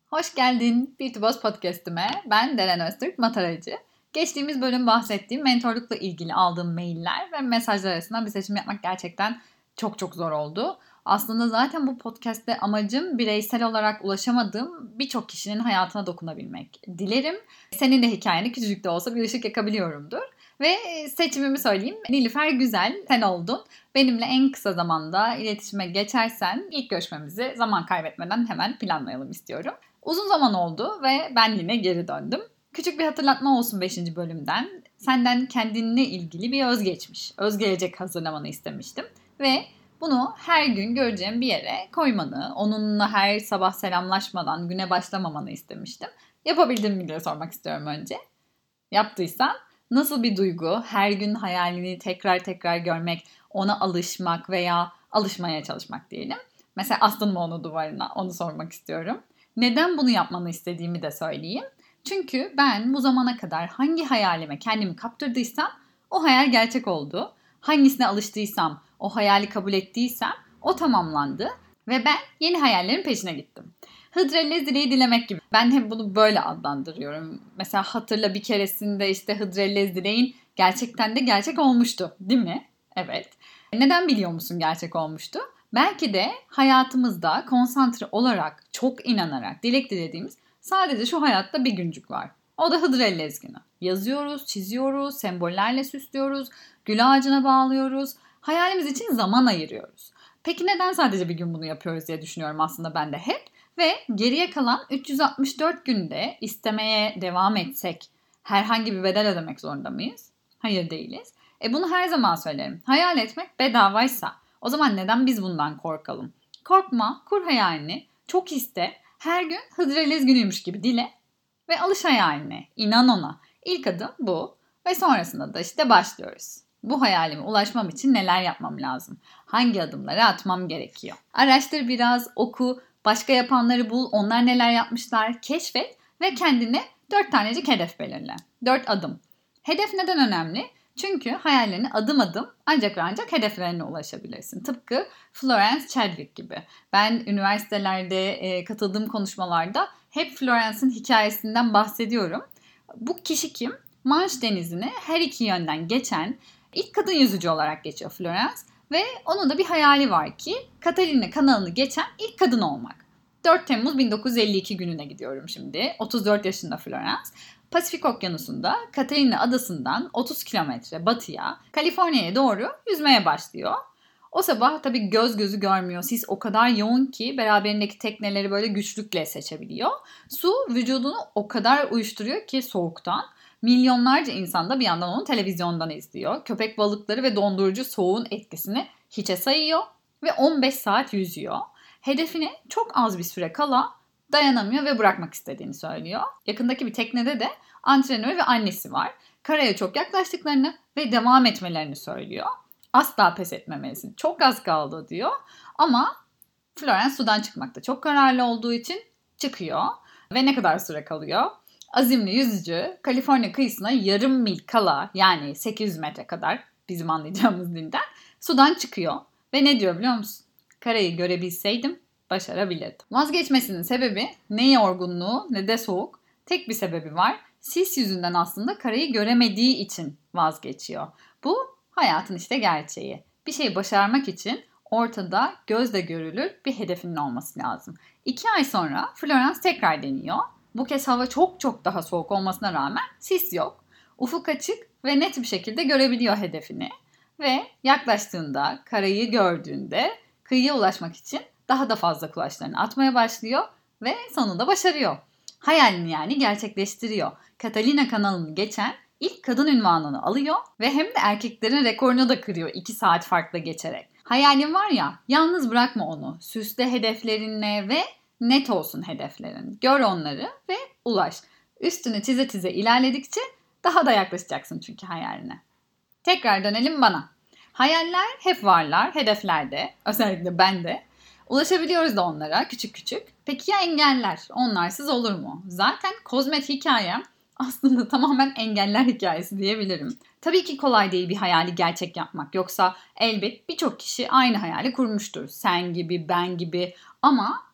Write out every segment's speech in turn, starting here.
Hoş geldin Beauty Boss Podcast'ime. Ben Deren Öztürk, mataracı. Geçtiğimiz bölüm bahsettiğim mentorlukla ilgili aldığım mailler ve mesajlar arasında bir seçim yapmak gerçekten çok zor oldu. Aslında zaten bu podcast'te amacım bireysel olarak ulaşamadığım birçok kişinin hayatına dokunabilmek. Dilerim senin de hikayeni küçücük de olsa bir ışık yakabiliyorumdur. Ve seçimimi söyleyeyim. Nilüfer Güzel, sen oldun. Benimle en kısa zamanda iletişime geçersen ilk görüşmemizi zaman kaybetmeden hemen planlayalım istiyorum. Uzun zaman oldu ve ben yine geri döndüm. Küçük bir hatırlatma olsun 5. bölümden. Senden kendinle ilgili bir özgeçmiş, özgelecek hazırlamanı istemiştim. Ve bunu her gün göreceğim bir yere koymanı, onunla her sabah selamlaşmadan güne başlamamanı istemiştim. Yapabildim mi diye sormak istiyorum önce. Yaptıysan nasıl bir duygu? Her gün hayalini tekrar görmek, ona alışmak veya alışmaya çalışmak diyelim. Mesela astın mı onu duvarına? Onu sormak istiyorum. Neden bunu yapmanı istediğimi de söyleyeyim. Çünkü ben bu zamana kadar hangi hayalime kendimi kaptırdıysam o hayal gerçek oldu. Hangisine alıştıysam, o hayali kabul ettiysem o tamamlandı ve ben yeni hayallerin peşine gittim. Hıdrellez dileği dilemek gibi. Ben hep bunu böyle adlandırıyorum. Mesela hatırla bir keresinde işte Hıdrellez dileğin gerçekten de gerçek olmuştu, değil mi? Evet. Neden biliyor musun gerçek olmuştu? Belki de hayatımızda konsantre olarak, çok inanarak dilek dilediğimiz sadece şu hayatta bir güncük var. O da Hıdrellez günü. Yazıyoruz, çiziyoruz, sembollerle süslüyoruz, gül ağacına bağlıyoruz. Hayalimiz için zaman ayırıyoruz. Peki neden sadece bir gün bunu yapıyoruz diye düşünüyorum aslında ben de hep. Ve geriye kalan 364 günde istemeye devam etsek herhangi bir bedel ödemek zorunda mıyız? Hayır değiliz. Bunu her zaman söylerim. Hayal etmek bedavaysa o zaman neden biz bundan korkalım? Korkma, kur hayalini, çok iste, her gün Hıdrellez günüymüş gibi dile ve alış hayaline, inan ona. İlk adım bu ve sonrasında da işte başlıyoruz. Bu hayalime ulaşmam için neler yapmam lazım? Hangi adımları atmam gerekiyor? Araştır biraz, oku, başka yapanları bul, onlar neler yapmışlar, keşfet ve kendine 4 tanecik hedef belirle. 4 adım. Hedef neden önemli? Çünkü hayallerini adım adım ancak ve ancak hedeflerine ulaşabilirsin. Tıpkı Florence Chadwick gibi. Ben üniversitelerde katıldığım konuşmalarda hep Florence'ın hikayesinden bahsediyorum. Bu kişi kim? Manş Denizi'ni her iki yönden geçen ilk kadın yüzücü olarak geçiyor Florence. Ve onun da bir hayali var ki Catalina kanalını geçen ilk kadın olmak. 4 Temmuz 1952 gününe gidiyorum şimdi. 34 yaşında Florence. Pasifik Okyanusu'nda Catalina adasından 30 kilometre batıya Kaliforniya'ya doğru yüzmeye başlıyor. O sabah tabii göz gözü görmüyor. Sis o kadar yoğun ki beraberindeki tekneleri böyle güçlükle seçebiliyor. Su vücudunu o kadar uyuşturuyor ki soğuktan. Milyonlarca insan da bir yandan onu televizyondan izliyor. Köpek balıkları ve dondurucu soğuğun etkisini hiçe sayıyor ve 15 saat yüzüyor. Hedefine çok az bir süre kala dayanamıyor ve bırakmak istediğini söylüyor. Yakındaki bir teknede de antrenör ve annesi var. Karaya çok yaklaştıklarını ve devam etmelerini söylüyor. Asla pes etmemelisin. Çok az kaldı diyor. Ama Florence sudan çıkmakta çok kararlı olduğu için çıkıyor. Ve ne kadar süre kalıyor? Azimli yüzücü Kaliforniya kıyısına yarım mil kala, yani 800 metre kadar bizim anlayacağımız dilden sudan çıkıyor. Ve ne diyor biliyor musun? Karayı görebilseydim başarabilirdim. Vazgeçmesinin sebebi ne yorgunluğu ne de soğuk. Tek bir sebebi var. Sis yüzünden aslında karayı göremediği için vazgeçiyor. Bu hayatın işte gerçeği. Bir şeyi başarmak için ortada gözle görülür bir hedefinin olması lazım. 2 ay sonra Florence tekrar deniyor. Bu kez hava çok daha soğuk olmasına rağmen sis yok. Ufuk açık ve net bir şekilde görebiliyor hedefini. Ve yaklaştığında, karayı gördüğünde kıyıya ulaşmak için daha da fazla kulaçlarını atmaya başlıyor ve sonunda başarıyor. Hayalini yani gerçekleştiriyor. Catalina kanalını geçen ilk kadın unvanını alıyor ve hem de erkeklerin rekorunu da kırıyor 2 saat farkla geçerek. Hayalin var ya, yalnız bırakma onu. Süsle hedeflerinle ve net olsun hedeflerin. Gör onları ve ulaş. Üstünü çize ilerledikçe daha da yaklaşacaksın çünkü hayaline. Tekrar dönelim bana. Hayaller hep varlar, hedeflerde, özellikle bende. Ulaşabiliyoruz da onlara küçük. Peki ya engeller? Onlarsız olur mu? Zaten kozmet hikayem aslında tamamen engeller hikayesi diyebilirim. Tabii ki kolay değil bir hayali gerçek yapmak. Yoksa elbet birçok kişi aynı hayali kurmuştur. Sen gibi, ben gibi. Ama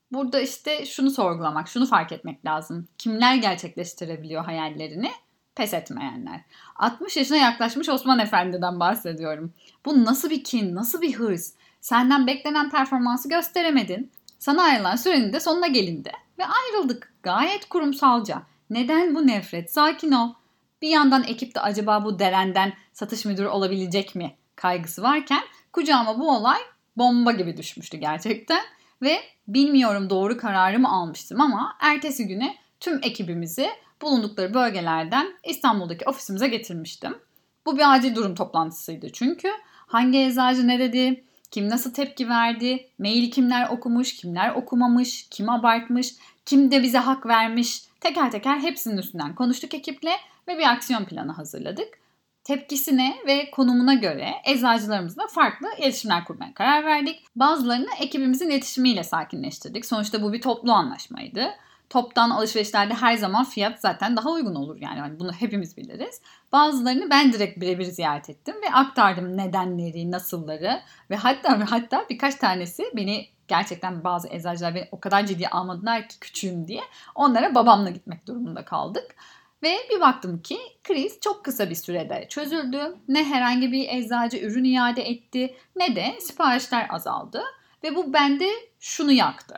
Burada işte şunu sorgulamak, şunu fark etmek lazım. Kimler gerçekleştirebiliyor hayallerini? Pes etmeyenler. 60 yaşına yaklaşmış Osman Efendi'den bahsediyorum. Bu nasıl bir kin, nasıl bir hırs? Senden beklenen performansı gösteremedin. Sana ayrılan sürenin de sonuna gelindi. Ve ayrıldık. Gayet kurumsalca. Neden bu nefret? Sakin ol. Bir yandan ekipte acaba bu derenden satış müdürü olabilecek mi kaygısı varken kucağıma bu olay bomba gibi düşmüştü gerçekten. Ve bilmiyorum doğru kararı mı almıştım ama ertesi güne tüm ekibimizi bulundukları bölgelerden İstanbul'daki ofisimize getirmiştim. Bu bir acil durum toplantısıydı çünkü. Hangi eczacı ne dedi, kim nasıl tepki verdi, maili kimler okumuş, kimler okumamış, kim abartmış, kim de bize hak vermiş. Teker teker hepsinin üstünden konuştuk ekiple ve bir aksiyon planı hazırladık. Tepkisine ve konumuna göre eczacılarımızla farklı iletişimler kurmaya karar verdik. Bazılarını ekibimizin iletişimiyle sakinleştirdik. Sonuçta bu bir toplu anlaşmaydı. Toptan alışverişlerde her zaman fiyat zaten daha uygun olur yani bunu hepimiz biliriz. Bazılarını ben direkt birebir ziyaret ettim ve aktardım nedenleri, nasılları ve hatta birkaç tanesi beni gerçekten bazı eczacılar beni o kadar ciddiye almadılar ki küçüğüm diye onlara babamla gitmek durumunda kaldık. Ve bir baktım ki kriz çok kısa bir sürede çözüldü. Ne herhangi bir eczacı ürün iade etti ne de siparişler azaldı. Ve bu bende şunu yaktı.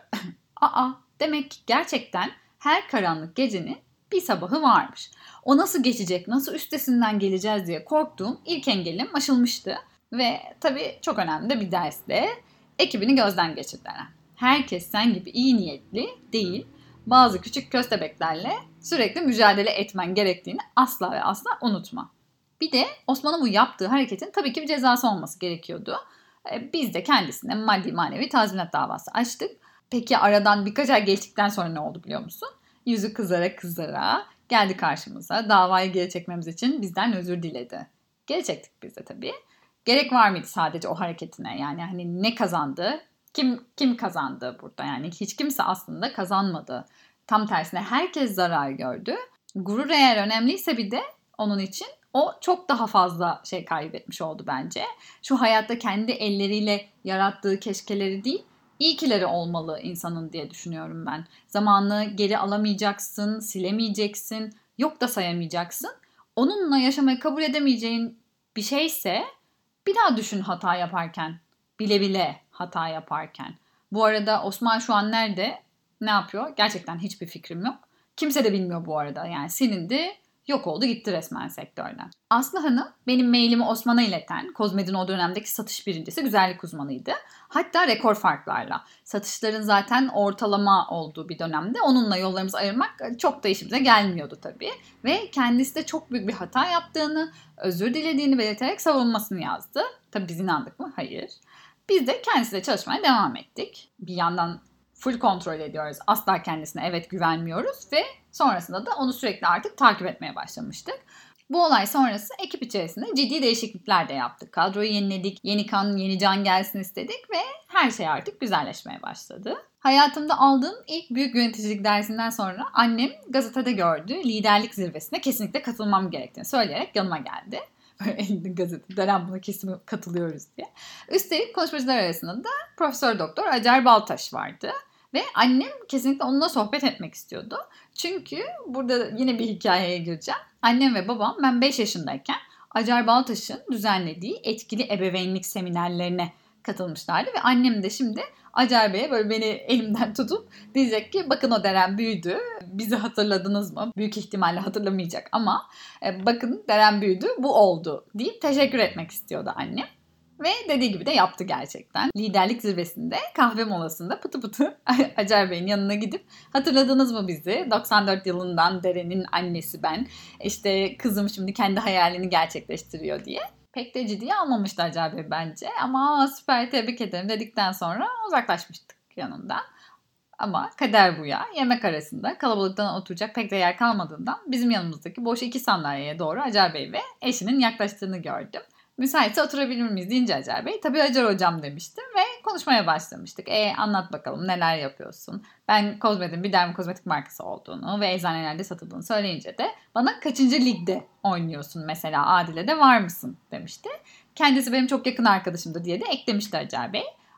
Demek ki gerçekten her karanlık gecenin bir sabahı varmış. O nasıl geçecek, nasıl üstesinden geleceğiz diye korktuğum ilk engelim aşılmıştı. Ve tabii çok önemli de bir derste ekibini gözden geçirdiler. Herkes sen gibi iyi niyetli değil. Bazı küçük köstebeklerle sürekli mücadele etmen gerektiğini asla ve asla unutma. Bir de Osman'ın bu yaptığı hareketin tabii ki bir cezası olması gerekiyordu. Biz de kendisine maddi manevi tazminat davası açtık. Peki aradan birkaç ay geçtikten sonra ne oldu biliyor musun? Yüzü kızara kızara geldi karşımıza. Davayı geri çekmemiz için bizden özür diledi. Geri çektik biz de tabii. Gerek var mıydı sadece o hareketine? Yani hani ne kazandı? Kim kazandı burada? Yani hiç kimse aslında kazanmadı. Tam tersine herkes zarar gördü. Gurur eğer önemliyse bir de onun için o çok daha fazla şey kaybetmiş oldu bence. Şu hayatta kendi elleriyle yarattığı keşkeleri değil, iyi kileri olmalı insanın diye düşünüyorum ben. Zamanını geri alamayacaksın, silemeyeceksin, yok da sayamayacaksın. Onunla yaşamayı kabul edemeyeceğin bir şeyse bir daha düşün hata yaparken. Bile bile hata yaparken. Bu arada Osman şu an nerede? Ne yapıyor? Gerçekten hiçbir fikrim yok. Kimse de bilmiyor bu arada. Yani silindi, yok oldu gitti resmen sektörden. Aslı Hanım benim mailimi Osman'a ileten, Kozmed'in o dönemdeki satış birincisi, güzellik uzmanıydı. Hatta rekor farklarla. Satışların zaten ortalama olduğu bir dönemde onunla yollarımızı ayırmak çok da işimize gelmiyordu tabii. Ve kendisi de çok büyük bir hata yaptığını, özür dilediğini belirterek savunmasını yazdı. Tabii biz inandık mı? Hayır. Biz de kendisiyle çalışmaya devam ettik. Bir yandan full kontrol ediyoruz. Asla kendisine evet güvenmiyoruz ve sonrasında da onu sürekli artık takip etmeye başlamıştık. Bu olay sonrası ekip içerisinde ciddi değişiklikler de yaptık. Kadroyu yeniledik, yeni kan, yeni can gelsin istedik ve her şey artık güzelleşmeye başladı. Hayatımda aldığım ilk büyük yöneticilik dersinden sonra annem gazetede gördü, liderlik zirvesine kesinlikle katılmam gerektiğini söyleyerek yanıma geldi. Böyle elinde gazete, Deren buna kesin katılıyoruz diye. Üstelik konuşmacılar arasında da Profesör Doktor Acar Baltaş vardı. Ve annem kesinlikle onunla sohbet etmek istiyordu. Çünkü burada yine bir hikayeye gireceğim. Annem ve babam ben 5 yaşındayken Acar Baltaş'ın düzenlediği etkili ebeveynlik seminerlerine katılmışlardı. Ve annem de şimdi Acar Bey'e böyle beni elimden tutup diyecek ki bakın o Deren büyüdü. Bizi hatırladınız mı? Büyük ihtimalle hatırlamayacak ama bakın Deren büyüdü, bu oldu deyip teşekkür etmek istiyordu annem. Ve dediği gibi de yaptı gerçekten. Liderlik zirvesinde kahve molasında pıtı pıtı Acar Bey'in yanına gidip hatırladınız mı bizi? 94 yılından Deren'in annesi ben. İşte kızım şimdi kendi hayalini gerçekleştiriyor diye. Pek de ciddiye almamıştı Acar Bey bence. Ama süper tebrik ederim dedikten sonra uzaklaşmıştık yanından. Ama kader bu ya. Yemek arasında kalabalıktan oturacak pek de yer kalmadığından bizim yanımızdaki boş 2 sandalyeye doğru Acar Bey ve eşinin yaklaştığını gördüm. Müsaitse oturabilir miyiz deyince Acar Bey, tabii Acar hocam demiştim ve konuşmaya başlamıştık. Anlat bakalım neler yapıyorsun? Ben Kozmed'in bir dermokozmetik markası olduğunu ve eczanelerde satıldığını söyleyince de bana kaçıncı ligde oynuyorsun mesela, Adile'de var mısın demişti. Kendisi benim çok yakın arkadaşımdı diye de eklemişti Acar Bey.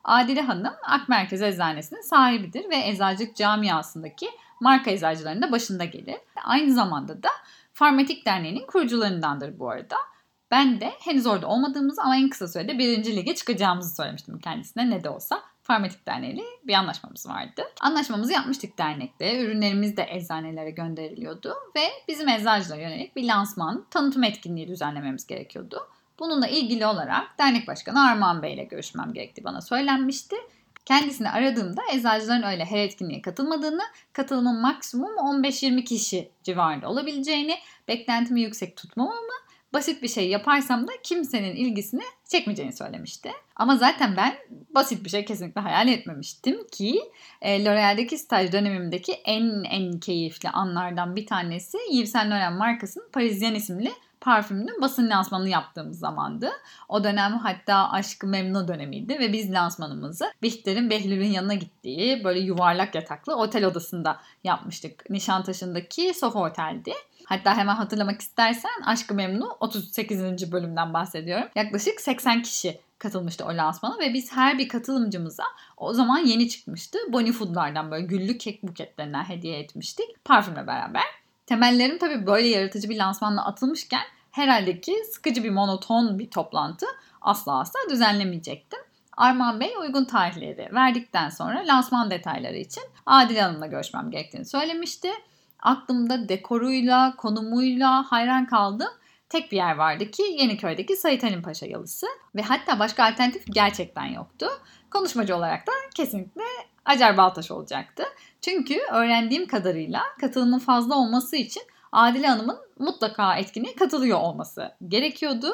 Adile Hanım Akmerkez Eczacı'nın sahibidir ve eczacılık camiasındaki marka eczacılarının da başında gelir. Aynı zamanda da Farmatik Derneği'nin kurucularındandır bu arada. Ben de henüz orada olmadığımızı ama en kısa sürede 1. lige çıkacağımızı söylemiştim kendisine. Ne de olsa Farmatik Derneği'yle bir anlaşmamız vardı. Anlaşmamızı yapmıştık dernekte. Ürünlerimiz de eczanelere gönderiliyordu ve bizim eczacılara yönelik bir lansman, tanıtım etkinliği düzenlememiz gerekiyordu. Bununla ilgili olarak dernek başkanı Armağan Bey ile görüşmem gerektiği bana söylenmişti. Kendisini aradığımda eczacıların öyle her etkinliğe katılmadığını, katılımın maksimum 15-20 kişi civarında olabileceğini, beklentimi yüksek tutmamamı, basit bir şey yaparsam da kimsenin ilgisini çekmeyeceğini söylemişti. Ama zaten ben basit bir şey kesinlikle hayal etmemiştim ki L'Oréal'deki staj dönemimdeki en keyifli anlardan bir tanesi Yves Saint Laurent markasının Parisien isimli parfümünün basın lansmanını yaptığımız zamandı. O dönem hatta Aşk-ı Memnu dönemiydi ve biz lansmanımızı Bihter'in Behlül'ün yanına gittiği böyle yuvarlak yataklı otel odasında yapmıştık. Nişantaşı'ndaki Sofa Otel'di. Hatta hemen hatırlamak istersen Aşk-ı Memnu 38. bölümden bahsediyorum. Yaklaşık 80 kişi katılmıştı o lansmana ve biz her bir katılımcımıza o zaman yeni çıkmıştı Bonnie Food'lardan böyle güllü kek buketlerinden hediye etmiştik parfümle beraber. Temellerim tabii böyle yaratıcı bir lansmanla atılmışken herhalde ki sıkıcı bir monoton bir toplantı asla düzenlemeyecektim. Armağan Bey uygun tarihleri verdikten sonra lansman detayları için Adile Hanım'la görüşmem gerektiğini söylemişti. Aklımda dekoruyla, konumuyla hayran kaldığım tek bir yer vardı ki Yeniköy'deki Sait Halim Paşa Yalısı. Ve hatta başka alternatif gerçekten yoktu. Konuşmacı olarak da kesinlikle Acar Baltaş olacaktı. Çünkü öğrendiğim kadarıyla katılımın fazla olması için Adile Hanım'ın mutlaka etkinliğe katılıyor olması gerekiyordu.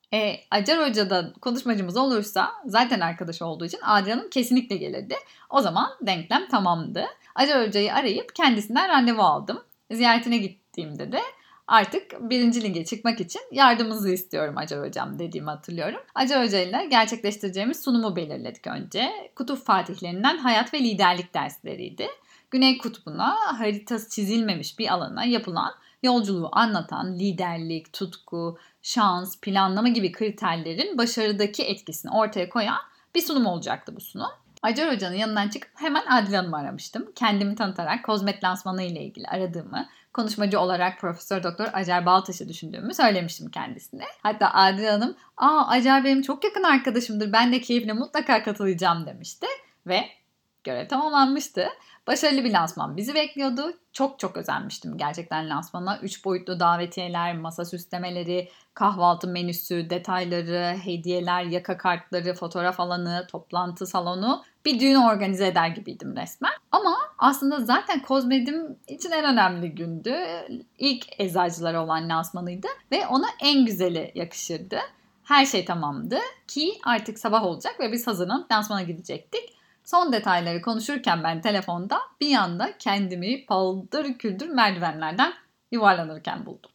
Acar Hoca da konuşmacımız olursa zaten arkadaş olduğu için Adile Hanım kesinlikle gelirdi. O zaman denklem tamamdı. Acar Hoca'yı arayıp kendisinden randevu aldım. Ziyaretine gittiğimde de artık 1. lige çıkmak için yardımınızı istiyorum Acar Hocam dediğimi hatırlıyorum. Acar Hoca ile gerçekleştireceğimiz sunumu belirledik önce. Kutup Fatihlerinden hayat ve liderlik dersleriydi. Güney Kutbu'na haritası çizilmemiş bir alana yapılan yolculuğu anlatan liderlik, tutku, şans, planlama gibi kriterlerin başarıdaki etkisini ortaya koyan bir sunum olacaktı bu sunum. Acar Hoca'nın yanından çıkıp hemen Adile Hanım'ı aramıştım. Kendimi tanıtarak kozmet lansmanı ile ilgili aradığımı, konuşmacı olarak Profesör Doktor Acar Baltaş'ı düşündüğümü söylemiştim kendisine. Hatta Adile Hanım, Acar benim çok yakın arkadaşımdır, ben de keyifle mutlaka katılacağım demişti ve görev tamamlanmıştı. Başarılı bir lansman bizi bekliyordu. Çok özenmiştim gerçekten lansmana. 3 boyutlu davetiyeler, masa süslemeleri, kahvaltı menüsü, detayları, hediyeler, yaka kartları, fotoğraf alanı, toplantı salonu. Bir düğün organize eder gibiydim resmen. Ama aslında zaten Kozmedim için en önemli gündü. İlk eczacılara olan lansmanıydı ve ona en güzeli yakışırdı. Her şey tamamdı ki artık sabah olacak ve biz hazırlanıp lansmana gidecektik. Son detayları konuşurken ben telefonda bir anda kendimi paldır küldür merdivenlerden yuvarlanırken buldum.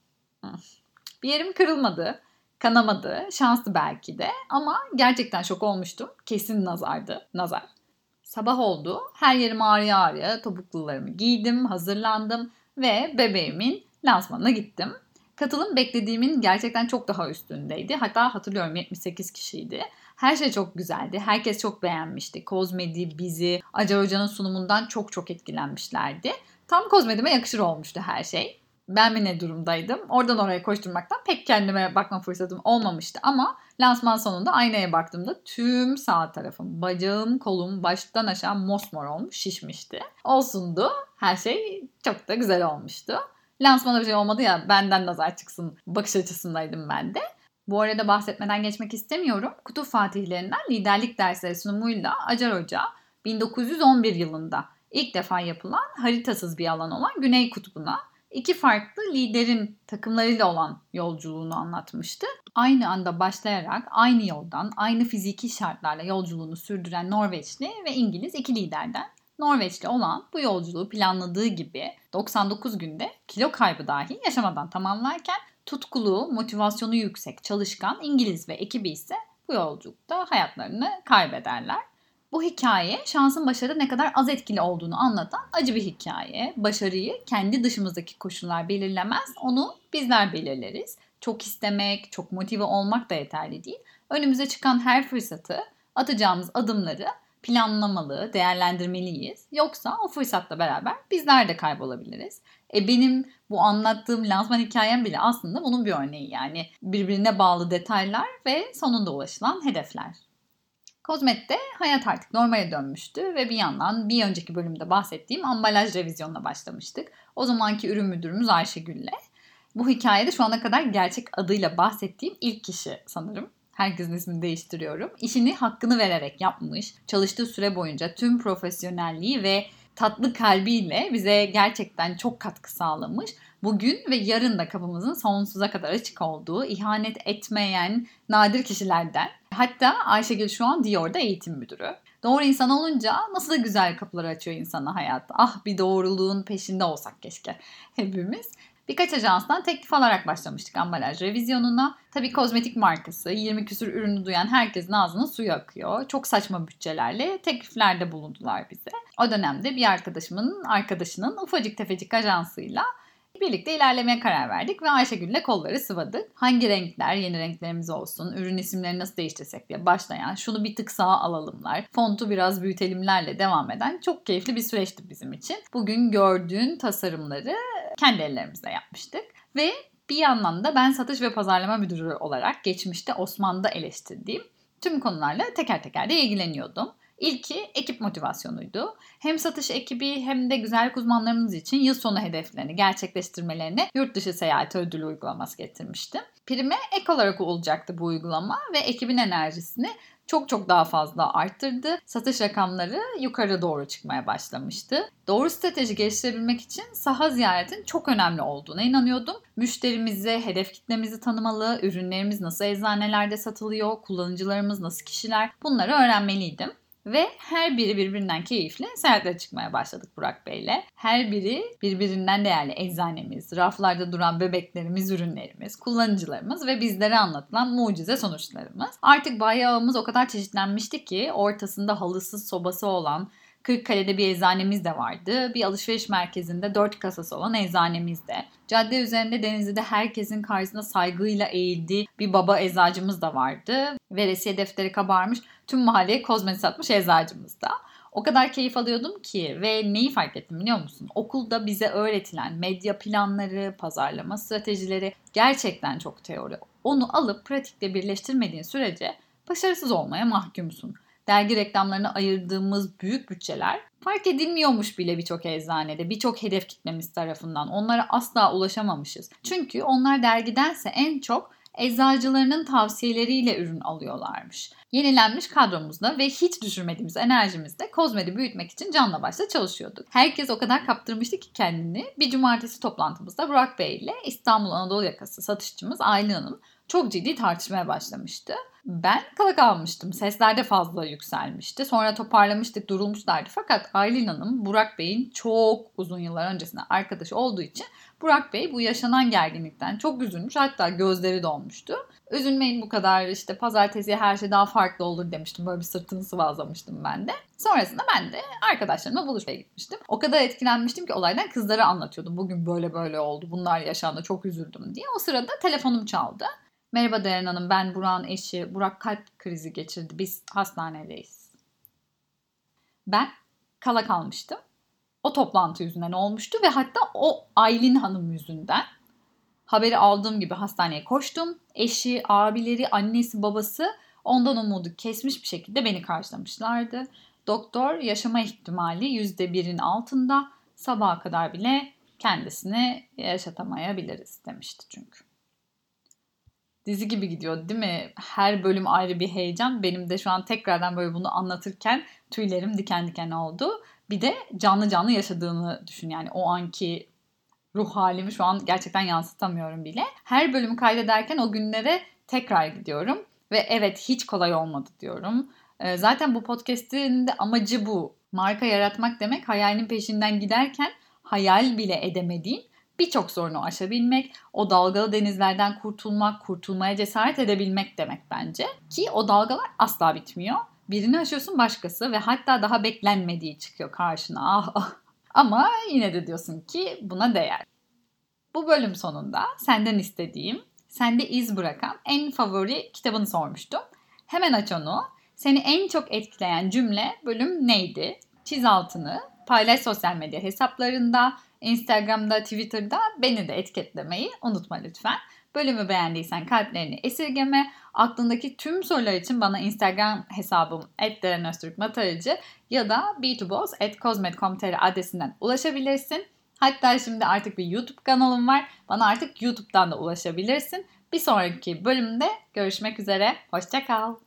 Bir yerim kırılmadı, kanamadı, şanslı belki de ama gerçekten şok olmuştum. Kesin nazardı, nazar. Sabah oldu, her yerim ağrıya topuklularımı giydim, hazırlandım ve bebeğimin lansmanına gittim. Katılım beklediğimin gerçekten çok daha üstündeydi. Hatta hatırlıyorum 78 kişiydi. Her şey çok güzeldi. Herkes çok beğenmişti. Kozmedi, bizi, Acar Hoca'nın sunumundan çok etkilenmişlerdi. Tam Kozmedi'me yakışır olmuştu her şey. Ben mi ne durumdaydım? Oradan oraya koşturmaktan pek kendime bakma fırsatım olmamıştı ama lansman sonunda aynaya baktığımda tüm sağ tarafım, bacağım, kolum baştan aşağı mosmor olmuş, şişmişti. Olsundu. Her şey çok da güzel olmuştu. Lansmana bir şey olmadı ya benden nazar çıksın bakış açısındaydım ben de. Bu arada bahsetmeden geçmek istemiyorum. Kutup Fatihlerinden liderlik dersleri sunumuyla Acar Hoca 1911 yılında ilk defa yapılan haritasız bir alan olan Güney Kutbu'na 2 farklı liderin takımlarıyla olan yolculuğunu anlatmıştı. Aynı anda başlayarak aynı yoldan, aynı fiziki şartlarla yolculuğunu sürdüren Norveçli ve İngiliz 2 liderden Norveçli olan bu yolculuğu planladığı gibi 99 günde kilo kaybı dahi yaşamadan tamamlarken tutkulu, motivasyonu yüksek, çalışkan İngiliz ve ekibi ise bu yolculukta hayatlarını kaybederler. Bu hikaye şansın başarıda ne kadar az etkili olduğunu anlatan acı bir hikaye. Başarıyı kendi dışımızdaki koşullar belirlemez, onu bizler belirleriz. Çok istemek, çok motive olmak da yeterli değil. Önümüze çıkan her fırsatı, atacağımız adımları planlamalı, değerlendirmeliyiz. Yoksa o fırsatla beraber bizler de kaybolabiliriz. Benim bu anlattığım lansman hikayem bile aslında bunun bir örneği. Yani birbirine bağlı detaylar ve sonunda ulaşılan hedefler. Kozmet'te hayat artık normale dönmüştü ve bir yandan bir önceki bölümde bahsettiğim ambalaj revizyonuna başlamıştık. O zamanki ürün müdürümüz Ayşegül'le. Bu hikayede şu ana kadar gerçek adıyla bahsettiğim ilk kişi sanırım. Herkesin ismini değiştiriyorum. İşini hakkını vererek yapmış, çalıştığı süre boyunca tüm profesyonelliği ve tatlı kalbiyle bize gerçekten çok katkı sağlamış. Bugün ve yarın da kapımızın sonsuza kadar açık olduğu, ihanet etmeyen nadir kişilerden. Hatta Ayşegül şu an Dior'da eğitim müdürü. Doğru insan olunca nasıl da güzel kapılar açıyor insana hayat. Ah, bir doğruluğun peşinde olsak keşke hepimiz. Birkaç ajanstan teklif alarak başlamıştık ambalaj revizyonuna. Tabii kozmetik markası, 20 küsur ürünü duyan herkesin ağzına suyu akıyor. Çok saçma bütçelerle tekliflerde bulundular bize. O dönemde bir arkadaşının ufacık tefecik ajansıyla birlikte ilerlemeye karar verdik ve Ayşegül'le kolları sıvadık. Hangi renkler, yeni renklerimiz olsun, ürün isimlerini nasıl değiştirsek diye başlayan, şunu bir tık sağa alalımlar, fontu biraz büyütelimlerle devam eden çok keyifli bir süreçti bizim için. Bugün gördüğün tasarımları kendi ellerimizle yapmıştık ve bir yandan da ben satış ve pazarlama müdürü olarak geçmişte Osman'da eleştirdiğim tüm konularla teker teker de ilgileniyordum. İlki ekip motivasyonuydu. Hem satış ekibi hem de güzellik uzmanlarımız için yıl sonu hedeflerini gerçekleştirmelerine yurt dışı seyahati ödülü uygulaması getirmiştim. Prime ek olarak olacaktı bu uygulama ve ekibin enerjisini çok daha fazla arttırdı. Satış rakamları yukarı doğru çıkmaya başlamıştı. Doğru strateji geliştirebilmek için saha ziyaretin çok önemli olduğuna inanıyordum. Müşterimizi, hedef kitlemizi tanımalı, ürünlerimiz nasıl eczanelerde satılıyor, kullanıcılarımız nasıl kişiler, bunları öğrenmeliydim. Ve her biri birbirinden keyifli seyahatlere çıkmaya başladık Burak Bey'le. Her biri birbirinden değerli eczanemiz, raflarda duran bebeklerimiz, ürünlerimiz, kullanıcılarımız ve bizlere anlatılan mucize sonuçlarımız. Artık bayi ağımız o kadar çeşitlenmişti ki ortasında halısız sobası olan Kırıkkale'de bir eczanemiz de vardı. Bir alışveriş merkezinde 4 kasası olan eczanemiz de. Cadde üzerinde Denizli'de herkesin karşısında saygıyla eğildiği bir baba eczacımız da vardı. Veresiye defteri kabarmış, tüm mahalleye kozmetik satmış eczacımız da. O kadar keyif alıyordum ki ve neyi fark ettim biliyor musun? Okulda bize öğretilen medya planları, pazarlama stratejileri gerçekten çok teori. Onu alıp pratikle birleştirmediğin sürece başarısız olmaya mahkumsun. Dergi reklamlarına ayırdığımız büyük bütçeler fark edilmiyormuş bile birçok eczanede, birçok hedef kitlemiz tarafından. Onlara asla ulaşamamışız. Çünkü onlar dergidense en çok eczacılarının tavsiyeleriyle ürün alıyorlarmış. Yenilenmiş kadromuzla ve hiç düşürmediğimiz enerjimizle kozmedi büyütmek için canla başla çalışıyorduk. Herkes o kadar kaptırmıştı ki kendini. Bir cumartesi toplantımızda Burak Bey ile İstanbul Anadolu yakası satışçımız Aylin Hanım çok ciddi tartışmaya başlamıştı. Ben kala kalmıştım. Sesler de fazla yükselmişti. Sonra toparlamıştık, durulmuşlardı. Fakat Aylin Hanım, Burak Bey'in çok uzun yıllar öncesinde arkadaşı olduğu için Burak Bey bu yaşanan gerginlikten çok üzülmüş. Hatta gözleri dolmuştu. Üzülmeyin bu kadar, işte pazartesiye her şey daha farklı olur demiştim. Böyle bir sırtını sıvazlamıştım ben de. Sonrasında ben de arkadaşlarımla buluşmaya gitmiştim. O kadar etkilenmiştim ki olaydan kızlara anlatıyordum. Bugün böyle oldu, bunlar yaşandı, çok üzüldüm diye. O sırada telefonum çaldı. Merhaba Deren Hanım, ben Burak'ın eşi. Burak kalp krizi geçirdi. Biz hastanedeyiz. Ben kala kalmıştım. O toplantı yüzünden olmuştu ve hatta o Aylin Hanım yüzünden haberi aldığım gibi hastaneye koştum. Eşi, abileri, annesi, babası ondan umudu kesmiş bir şekilde beni karşılamışlardı. Doktor yaşama ihtimali %1'in altında, sabaha kadar bile kendisini yaşatamayabiliriz demişti çünkü. Dizi gibi gidiyor değil mi? Her bölüm ayrı bir heyecan. Benim de şu an tekrardan böyle bunu anlatırken tüylerim diken diken oldu. Bir de canlı yaşadığını düşün. Yani o anki ruh halimi şu an gerçekten yansıtamıyorum bile. Her bölümü kaydederken o günlere tekrar gidiyorum. Ve evet, hiç kolay olmadı diyorum. Zaten bu podcast'in de amacı bu. Marka yaratmak demek, hayalinin peşinden giderken hayal bile edemediğin birçok sorunu aşabilmek, o dalgalı denizlerden kurtulmaya cesaret edebilmek demek bence. Ki o dalgalar asla bitmiyor. Birini aşıyorsun, başkası ve hatta daha beklenmediği çıkıyor karşına. Ama yine de diyorsun ki buna değer. Bu bölüm sonunda senden istediğim, sende iz bırakan en favori kitabını sormuştum. Hemen aç onu. Seni en çok etkileyen cümle, bölüm neydi? Çiz altını, paylaş sosyal medya hesaplarında, Instagram'da, Twitter'da, beni de etiketlemeyi unutma lütfen. Bölümü beğendiysen kalplerini esirgeme. Aklındaki tüm sorular için bana Instagram hesabım @derenoztürkmataracı ya da b2boss@cosmet.com.tr adresinden ulaşabilirsin. Hatta şimdi artık bir YouTube kanalım var. Bana artık YouTube'dan da ulaşabilirsin. Bir sonraki bölümde görüşmek üzere. Hoşça kal.